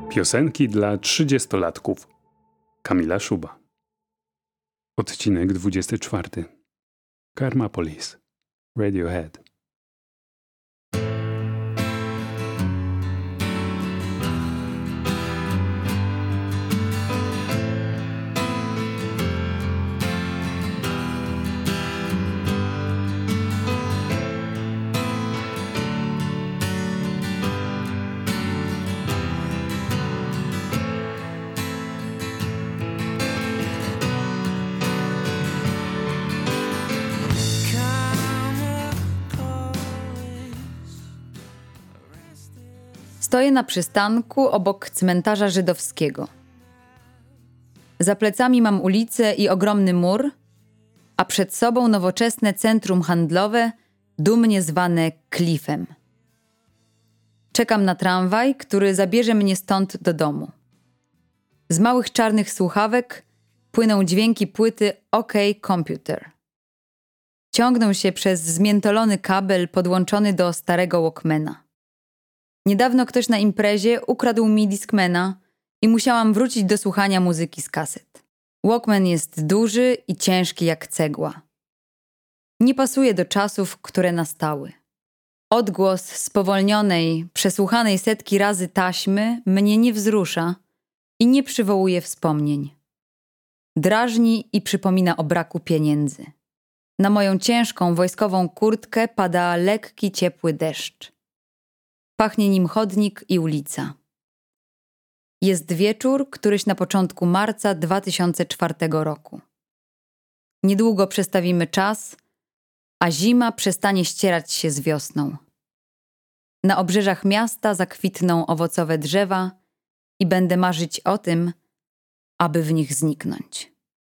Piosenki dla 30-latków. Kamila Szuba. Odcinek 24. Karma Police. Radiohead. Stoję na przystanku obok cmentarza żydowskiego. Za plecami mam ulicę i ogromny mur, a przed sobą nowoczesne centrum handlowe, dumnie zwane Cliffem. Czekam na tramwaj, który zabierze mnie stąd do domu. Z małych czarnych słuchawek płyną dźwięki płyty OK Computer. Ciągną się przez zmiętolony kabel podłączony do starego Walkmana. Niedawno ktoś na imprezie ukradł mi Discmana i musiałam wrócić do słuchania muzyki z kaset. Walkman jest duży i ciężki jak cegła. Nie pasuje do czasów, które nastały. Odgłos spowolnionej, przesłuchanej setki razy taśmy mnie nie wzrusza i nie przywołuje wspomnień. Drażni i przypomina o braku pieniędzy. Na moją ciężką wojskową kurtkę pada lekki, ciepły deszcz. Pachnie nim chodnik i ulica. Jest wieczór, któryś na początku marca 2004 roku. Niedługo przestawimy czas, a zima przestanie ścierać się z wiosną. Na obrzeżach miasta zakwitną owocowe drzewa i będę marzyć o tym, aby w nich zniknąć.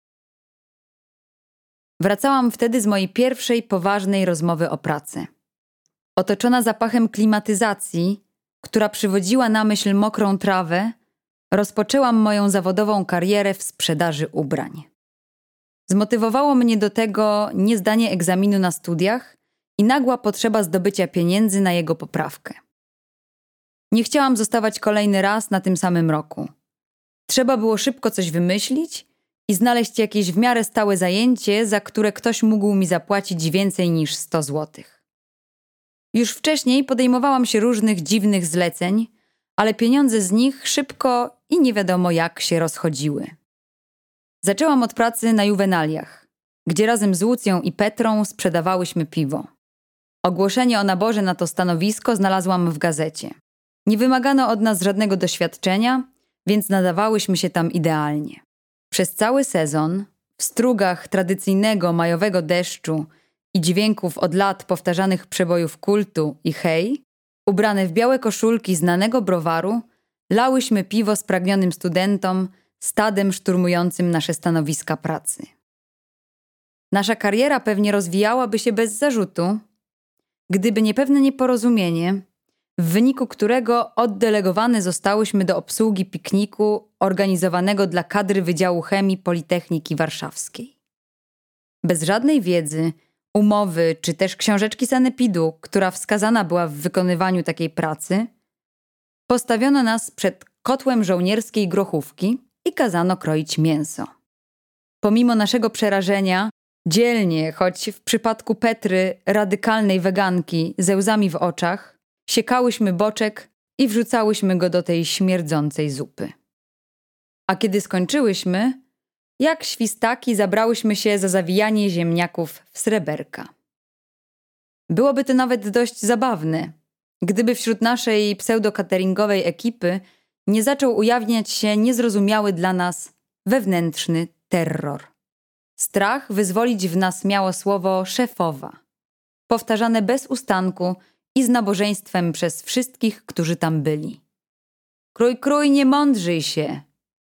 Wracałam wtedy z mojej pierwszej poważnej rozmowy o pracy. Otoczona zapachem klimatyzacji, która przywodziła na myśl mokrą trawę, rozpoczęłam moją zawodową karierę w sprzedaży ubrań. Zmotywowało mnie do tego niezdanie egzaminu na studiach i nagła potrzeba zdobycia pieniędzy na jego poprawkę. Nie chciałam zostawać kolejny raz na tym samym roku. Trzeba było szybko coś wymyślić i znaleźć jakieś w miarę stałe zajęcie, za które ktoś mógł mi zapłacić więcej niż 100 złotych. Już wcześniej podejmowałam się różnych dziwnych zleceń, ale pieniądze z nich szybko i nie wiadomo jak się rozchodziły. Zaczęłam od pracy na Juwenaliach, gdzie razem z Łucją i Petrą sprzedawałyśmy piwo. Ogłoszenie o naborze na to stanowisko znalazłam w gazecie. Nie wymagano od nas żadnego doświadczenia, więc nadawałyśmy się tam idealnie. Przez cały sezon, w strugach tradycyjnego majowego deszczu i dźwięków od lat powtarzanych przebojów kultu i hej, ubrane w białe koszulki znanego browaru, lałyśmy piwo spragnionym studentom, stadem szturmującym nasze stanowiska pracy. Nasza kariera pewnie rozwijałaby się bez zarzutu, gdyby nie pewne nieporozumienie, w wyniku którego oddelegowane zostałyśmy do obsługi pikniku organizowanego dla kadry Wydziału Chemii Politechniki Warszawskiej. Bez żadnej wiedzy, umowy czy też książeczki sanepidu, która wskazana była w wykonywaniu takiej pracy, postawiono nas przed kotłem żołnierskiej grochówki i kazano kroić mięso. Pomimo naszego przerażenia, dzielnie, choć w przypadku Petry, radykalnej weganki, ze łzami w oczach, siekałyśmy boczek i wrzucałyśmy go do tej śmierdzącej zupy. A kiedy skończyłyśmy, jak świstaki zabrałyśmy się za zawijanie ziemniaków w sreberka. Byłoby to nawet dość zabawne, gdyby wśród naszej pseudo-cateringowej ekipy nie zaczął ujawniać się niezrozumiały dla nas wewnętrzny terror. Strach wyzwolić w nas miało słowo szefowa, powtarzane bez ustanku i z nabożeństwem przez wszystkich, którzy tam byli. Krój, krój, nie mądrzyj się!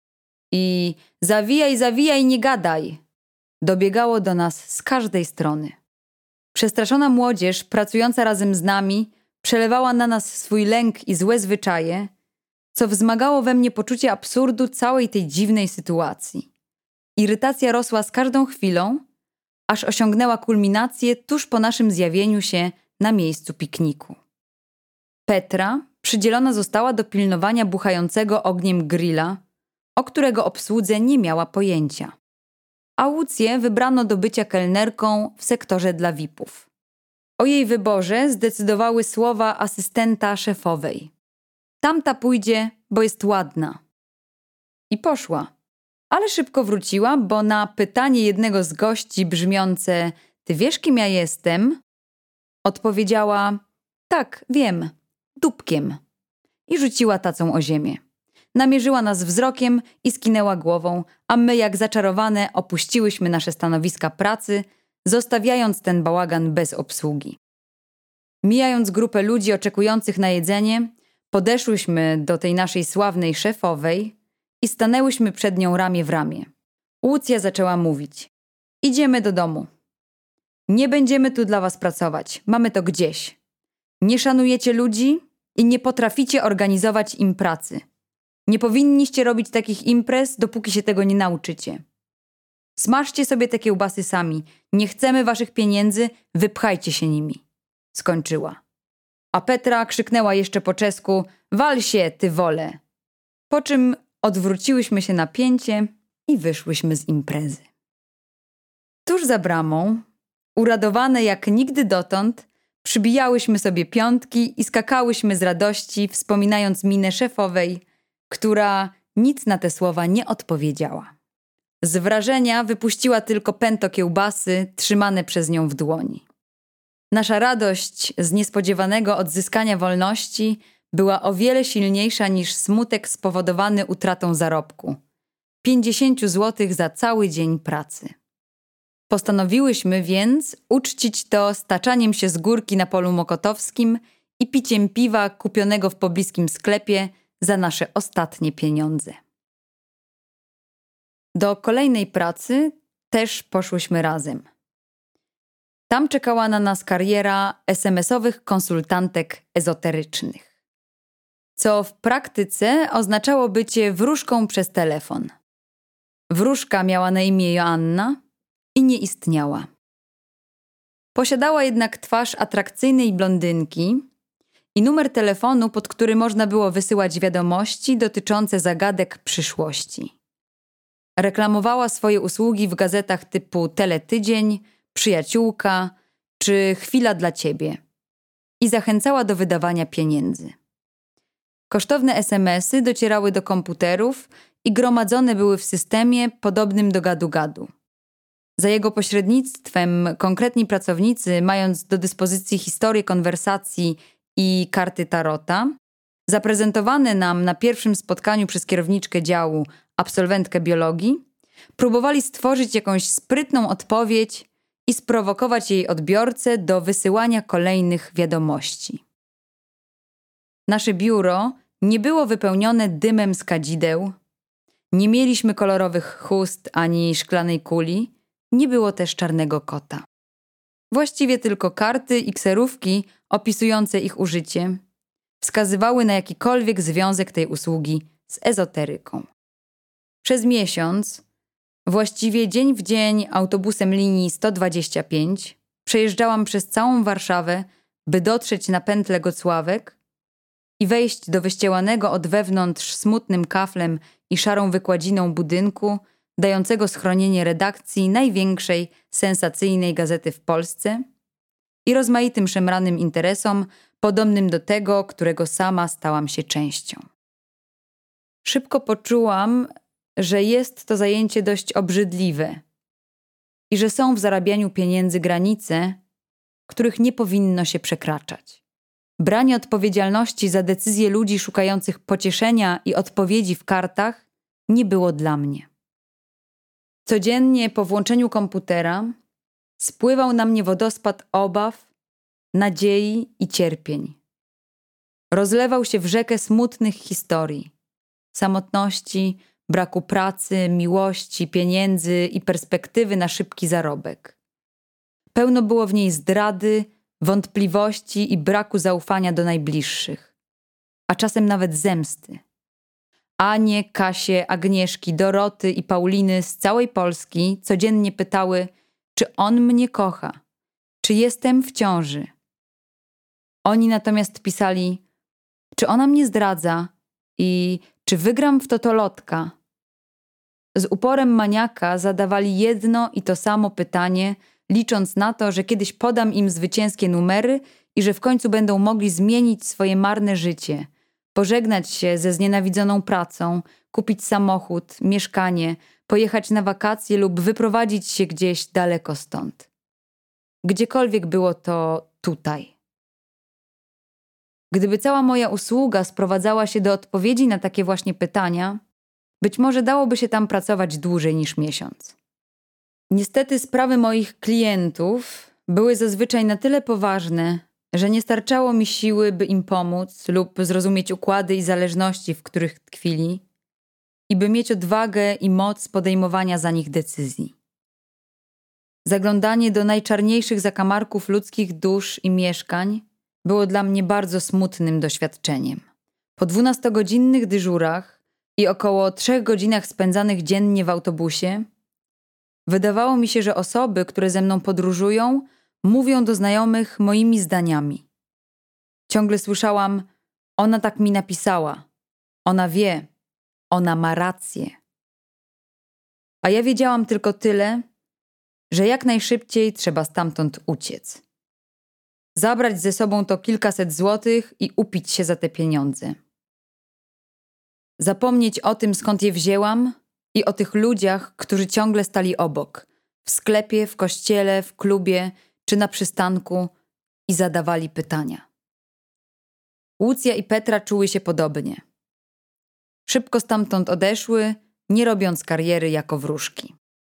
I zawijaj, zawijaj, nie gadaj! Dobiegało do nas z każdej strony. Przestraszona młodzież, pracująca razem z nami, przelewała na nas swój lęk i złe zwyczaje, co wzmagało we mnie poczucie absurdu całej tej dziwnej sytuacji. Irytacja rosła z każdą chwilą, aż osiągnęła kulminację tuż po naszym zjawieniu się na miejscu pikniku. Petra, przydzielona została do pilnowania buchającego ogniem grilla, o którego obsłudze nie miała pojęcia. A Łucję wybrano do bycia kelnerką w sektorze dla VIP-ów. O jej wyborze zdecydowały słowa asystenta szefowej. Tamta pójdzie, bo jest ładna. I poszła. Ale szybko wróciła, bo na pytanie jednego z gości brzmiące „Ty wiesz, kim ja jestem?” odpowiedziała „Tak, wiem, dupkiem” i rzuciła tacą o ziemię. Namierzyła nas wzrokiem i skinęła głową, a my jak zaczarowane opuściłyśmy nasze stanowiska pracy, zostawiając ten bałagan bez obsługi. Mijając grupę ludzi oczekujących na jedzenie, podeszłyśmy do tej naszej sławnej szefowej i stanęłyśmy przed nią ramię w ramię. Łucja zaczęła mówić: „Idziemy do domu. Nie będziemy tu dla was pracować, mamy to gdzieś. Nie szanujecie ludzi i nie potraficie organizować im pracy. Nie powinniście robić takich imprez, dopóki się tego nie nauczycie. Smażcie sobie te kiełbasy sami, nie chcemy waszych pieniędzy, wypchajcie się nimi”. Skończyła. A Petra krzyknęła jeszcze po czesku: „Wal się, ty wole”. Po czym odwróciłyśmy się na pięcie i wyszłyśmy z imprezy. Tuż za bramą, uradowane jak nigdy dotąd, przybijałyśmy sobie piątki i skakałyśmy z radości, wspominając minę szefowej, która nic na te słowa nie odpowiedziała. Z wrażenia wypuściła tylko pęto kiełbasy trzymane przez nią w dłoni. Nasza radość z niespodziewanego odzyskania wolności była o wiele silniejsza niż smutek spowodowany utratą zarobku. 50 złotych za cały dzień pracy. Postanowiłyśmy więc uczcić to staczaniem się z górki na polu mokotowskim i piciem piwa kupionego w pobliskim sklepie za nasze ostatnie pieniądze. Do kolejnej pracy też poszłyśmy razem. Tam czekała na nas kariera SMS-owych konsultantek ezoterycznych, co w praktyce oznaczało bycie wróżką przez telefon. Wróżka miała na imię Joanna i nie istniała. Posiadała jednak twarz atrakcyjnej blondynki i numer telefonu, pod który można było wysyłać wiadomości dotyczące zagadek przyszłości. Reklamowała swoje usługi w gazetach typu Teletydzień, Przyjaciółka czy Chwila dla Ciebie i zachęcała do wydawania pieniędzy. Kosztowne SMS-y docierały do komputerów i gromadzone były w systemie podobnym do gadu-gadu. Za jego pośrednictwem konkretni pracownicy, mając do dyspozycji historię konwersacji i karty tarota, zaprezentowane nam na pierwszym spotkaniu przez kierowniczkę działu, absolwentkę biologii, próbowali stworzyć jakąś sprytną odpowiedź i sprowokować jej odbiorcę do wysyłania kolejnych wiadomości. Nasze biuro nie było wypełnione dymem z kadzideł, nie mieliśmy kolorowych chust ani szklanej kuli, nie było też czarnego kota. Właściwie tylko karty i kserówki opisujące ich użycie wskazywały na jakikolwiek związek tej usługi z ezoteryką. Przez miesiąc, właściwie dzień w dzień autobusem linii 125, przejeżdżałam przez całą Warszawę, by dotrzeć na pętlę Gocławek i wejść do wyścielanego od wewnątrz smutnym kaflem i szarą wykładziną budynku, dającego schronienie redakcji największej, sensacyjnej gazety w Polsce i rozmaitym szemranym interesom, podobnym do tego, którego sama stałam się częścią. Szybko poczułam, że jest to zajęcie dość obrzydliwe i że są w zarabianiu pieniędzy granice, których nie powinno się przekraczać. Branie odpowiedzialności za decyzje ludzi szukających pocieszenia i odpowiedzi w kartach nie było dla mnie. Codziennie po włączeniu komputera spływał na mnie wodospad obaw, nadziei i cierpień. Rozlewał się w rzekę smutnych historii, samotności, braku pracy, miłości, pieniędzy i perspektywy na szybki zarobek. Pełno było w niej zdrady, wątpliwości i braku zaufania do najbliższych, a czasem nawet zemsty. Anie, Kasie, Agnieszki, Doroty i Pauliny z całej Polski codziennie pytały, czy on mnie kocha, czy jestem w ciąży. Oni natomiast pisali, Czy ona mnie zdradza i czy wygram w totolotka? Z uporem maniaka zadawali jedno i to samo pytanie, licząc na to, że kiedyś podam im zwycięskie numery i że w końcu będą mogli zmienić swoje marne życie, pożegnać się ze znienawidzoną pracą, kupić samochód, mieszkanie, pojechać na wakacje lub wyprowadzić się gdzieś daleko stąd. Gdziekolwiek było to tutaj. Gdyby cała moja usługa sprowadzała się do odpowiedzi na takie właśnie pytania, być może dałoby się tam pracować dłużej niż miesiąc. Niestety sprawy moich klientów były zazwyczaj na tyle poważne, że nie starczało mi siły, by im pomóc lub zrozumieć układy i zależności, w których tkwili, i by mieć odwagę i moc podejmowania za nich decyzji. Zaglądanie do najczarniejszych zakamarków ludzkich dusz i mieszkań było dla mnie bardzo smutnym doświadczeniem. Po 12-godzinnych dyżurach i około 3 godzinach spędzanych dziennie w autobusie wydawało mi się, że osoby, które ze mną podróżują, mówią do znajomych moimi zdaniami. Ciągle słyszałam: ona tak mi napisała, ona wie, ona ma rację. A ja wiedziałam tylko tyle, że jak najszybciej trzeba stamtąd uciec. Zabrać ze sobą to kilkaset złotych i upić się za te pieniądze. Zapomnieć o tym, skąd je wzięłam i o tych ludziach, którzy ciągle stali obok, w sklepie, w kościele, w klubie czy na przystanku i zadawali pytania. Łucja i Petra czuły się podobnie. Szybko stamtąd odeszły, nie robiąc kariery jako wróżki.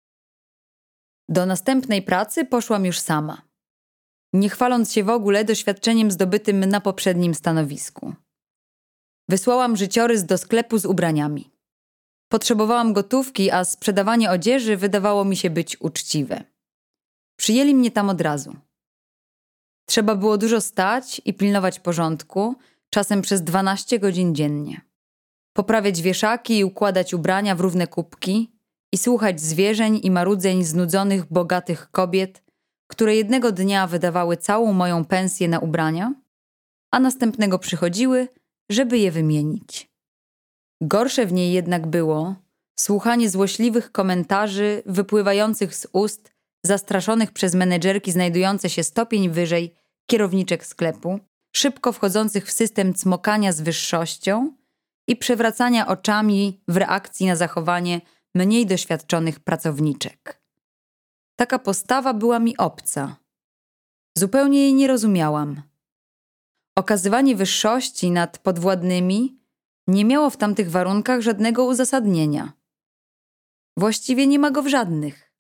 Do następnej pracy poszłam już sama, nie chwaląc się w ogóle doświadczeniem zdobytym na poprzednim stanowisku. Wysłałam życiorys do sklepu z ubraniami. Potrzebowałam gotówki, a sprzedawanie odzieży wydawało mi się być uczciwe. Przyjęli mnie tam od razu. Trzeba było dużo stać i pilnować porządku, czasem przez 12 godzin dziennie. Poprawiać wieszaki i układać ubrania w równe kubki i słuchać zwierzeń i marudzeń znudzonych, bogatych kobiet, które jednego dnia wydawały całą moją pensję na ubrania, a następnego przychodziły, żeby je wymienić. Gorsze w niej jednak było słuchanie złośliwych komentarzy wypływających z ust zastraszonych przez menedżerki znajdujące się stopień wyżej kierowniczek sklepu, szybko wchodzących w system cmokania z wyższością i przewracania oczami w reakcji na zachowanie mniej doświadczonych pracowniczek. Taka postawa była mi obca. Zupełnie jej nie rozumiałam. Okazywanie wyższości nad podwładnymi nie miało w tamtych warunkach żadnego uzasadnienia. Właściwie nie ma go w żadnych.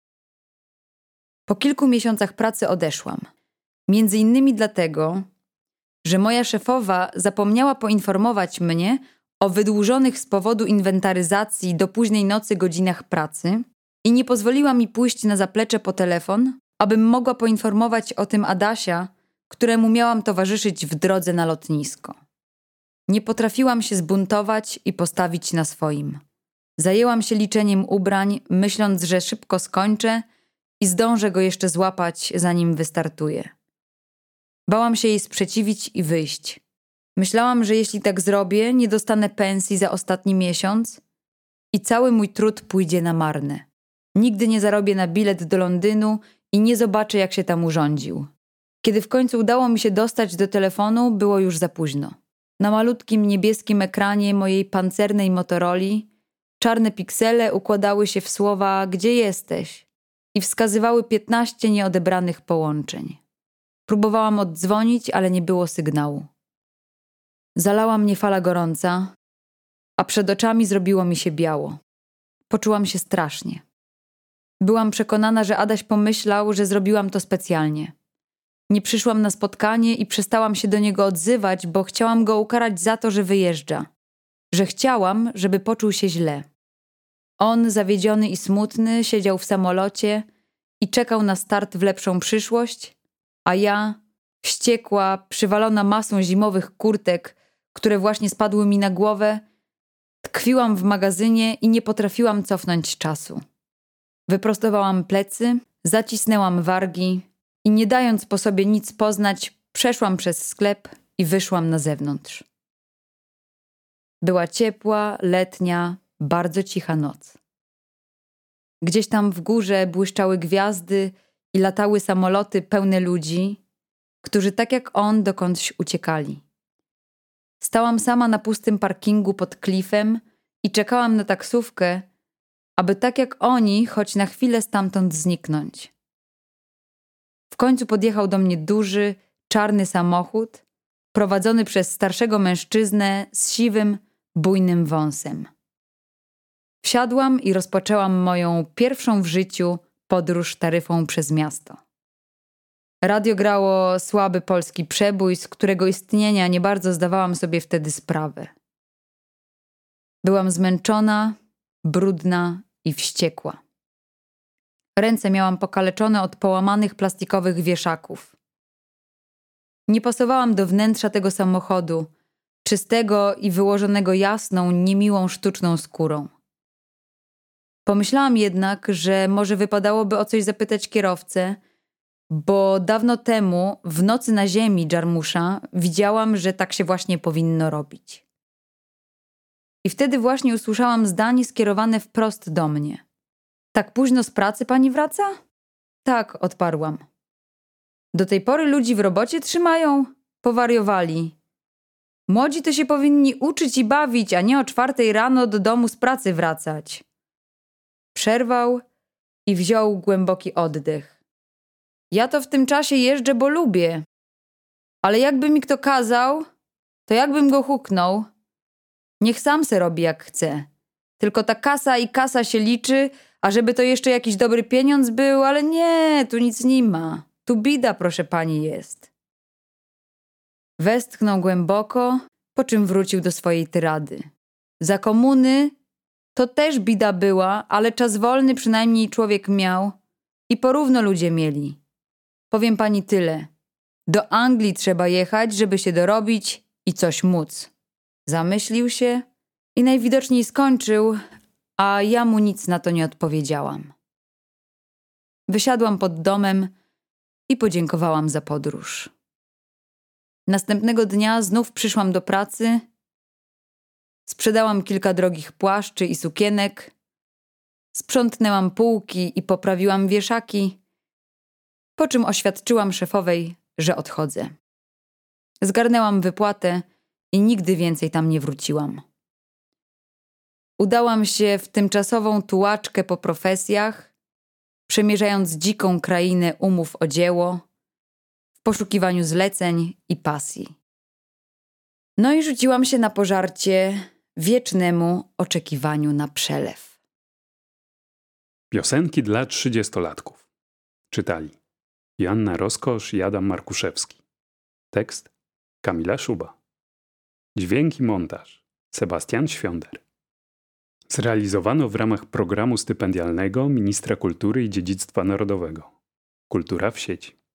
Po kilku miesiącach pracy odeszłam. Między innymi dlatego, że moja szefowa zapomniała poinformować mnie o wydłużonych z powodu inwentaryzacji do późnej nocy godzinach pracy i nie pozwoliła mi pójść na zaplecze po telefon, abym mogła poinformować o tym Adasia, któremu miałam towarzyszyć w drodze na lotnisko. Nie potrafiłam się zbuntować i postawić na swoim. Zajęłam się liczeniem ubrań, myśląc, że szybko skończę i zdążę go jeszcze złapać, zanim wystartuje. Bałam się jej sprzeciwić i wyjść. Myślałam, że jeśli tak zrobię, nie dostanę pensji za ostatni miesiąc i cały mój trud pójdzie na marne. Nigdy nie zarobię na bilet do Londynu i nie zobaczę, jak się tam urządził. Kiedy w końcu udało mi się dostać do telefonu, było już za późno. Na malutkim niebieskim ekranie mojej pancernej Motoroli czarne piksele układały się w słowa „Gdzie jesteś?” i wskazywały 15 nieodebranych połączeń. Próbowałam oddzwonić, ale nie było sygnału. Zalała mnie fala gorąca, a przed oczami zrobiło mi się biało. Poczułam się strasznie. Byłam przekonana, że Adaś pomyślał, że zrobiłam to specjalnie. Nie przyszłam na spotkanie i przestałam się do niego odzywać, bo chciałam go ukarać za to, że wyjeżdża. Że chciałam, żeby poczuł się źle. On, zawiedziony i smutny, siedział w samolocie i czekał na start w lepszą przyszłość, a ja, wściekła, przywalona masą zimowych kurtek, które właśnie spadły mi na głowę, tkwiłam w magazynie i nie potrafiłam cofnąć czasu. Wyprostowałam plecy, zacisnęłam wargi i nie dając po sobie nic poznać, przeszłam przez sklep i wyszłam na zewnątrz. Była ciepła, letnia, bardzo cicha noc. Gdzieś tam w górze błyszczały gwiazdy i latały samoloty pełne ludzi, którzy tak jak on dokądś uciekali. Stałam sama na pustym parkingu pod klifem i czekałam na taksówkę, aby tak jak oni choć na chwilę stamtąd zniknąć. W końcu podjechał do mnie duży, czarny samochód, prowadzony przez starszego mężczyznę z siwym, bujnym wąsem. Wsiadłam i rozpoczęłam moją pierwszą w życiu podróż taryfą przez miasto. Radio grało słaby polski przebój, z którego istnienia nie bardzo zdawałam sobie wtedy sprawę. Byłam zmęczona, brudna i wściekła. Ręce miałam pokaleczone od połamanych plastikowych wieszaków. Nie pasowałam do wnętrza tego samochodu, czystego i wyłożonego jasną, niemiłą sztuczną skórą. Pomyślałam jednak, że może wypadałoby o coś zapytać kierowcę, bo dawno temu, w nocy na ziemi Jarmusza, widziałam, że tak się właśnie powinno robić. I wtedy właśnie usłyszałam zdanie skierowane wprost do mnie. Tak późno z pracy pani wraca? Tak, odparłam. Do tej pory ludzi w robocie trzymają? Powariowali. Młodzi to się powinni uczyć i bawić, a nie o 4 rano do domu z pracy wracać. Przerwał i wziął głęboki oddech. Ja to w tym czasie jeżdżę, bo lubię. Ale jakby mi kto kazał, to jakbym go huknął. Niech sam se robi jak chce. Tylko ta kasa i kasa się liczy, a żeby to jeszcze jakiś dobry pieniądz był, ale nie, tu nic nie ma. Tu bida, proszę pani, jest. Westchnął głęboko, po czym wrócił do swojej tyrady. Za komuny to też bida była, ale czas wolny przynajmniej człowiek miał i porówno ludzie mieli. Powiem pani tyle. Do Anglii trzeba jechać, żeby się dorobić i coś móc. Zamyślił się i najwidoczniej skończył, a ja mu nic na to nie odpowiedziałam. Wysiadłam pod domem i podziękowałam za podróż. Następnego dnia znów przyszłam do pracy, sprzedałam kilka drogich płaszczy i sukienek, sprzątnęłam półki i poprawiłam wieszaki, po czym oświadczyłam szefowej, że odchodzę. Zgarnęłam wypłatę i nigdy więcej tam nie wróciłam. Udałam się w tymczasową tułaczkę po profesjach, przemierzając dziką krainę umów o dzieło, w poszukiwaniu zleceń i pasji. No i rzuciłam się na pożarcie wiecznemu oczekiwaniu na przelew. Piosenki dla 30-latków. Czytali Joanna Roskosz i Adam Markuszewski. Tekst Kamila Szuba. Dźwięk i montaż Sebastian Świąder. Zrealizowano w ramach programu stypendialnego Ministra Kultury i Dziedzictwa Narodowego. Kultura w sieci.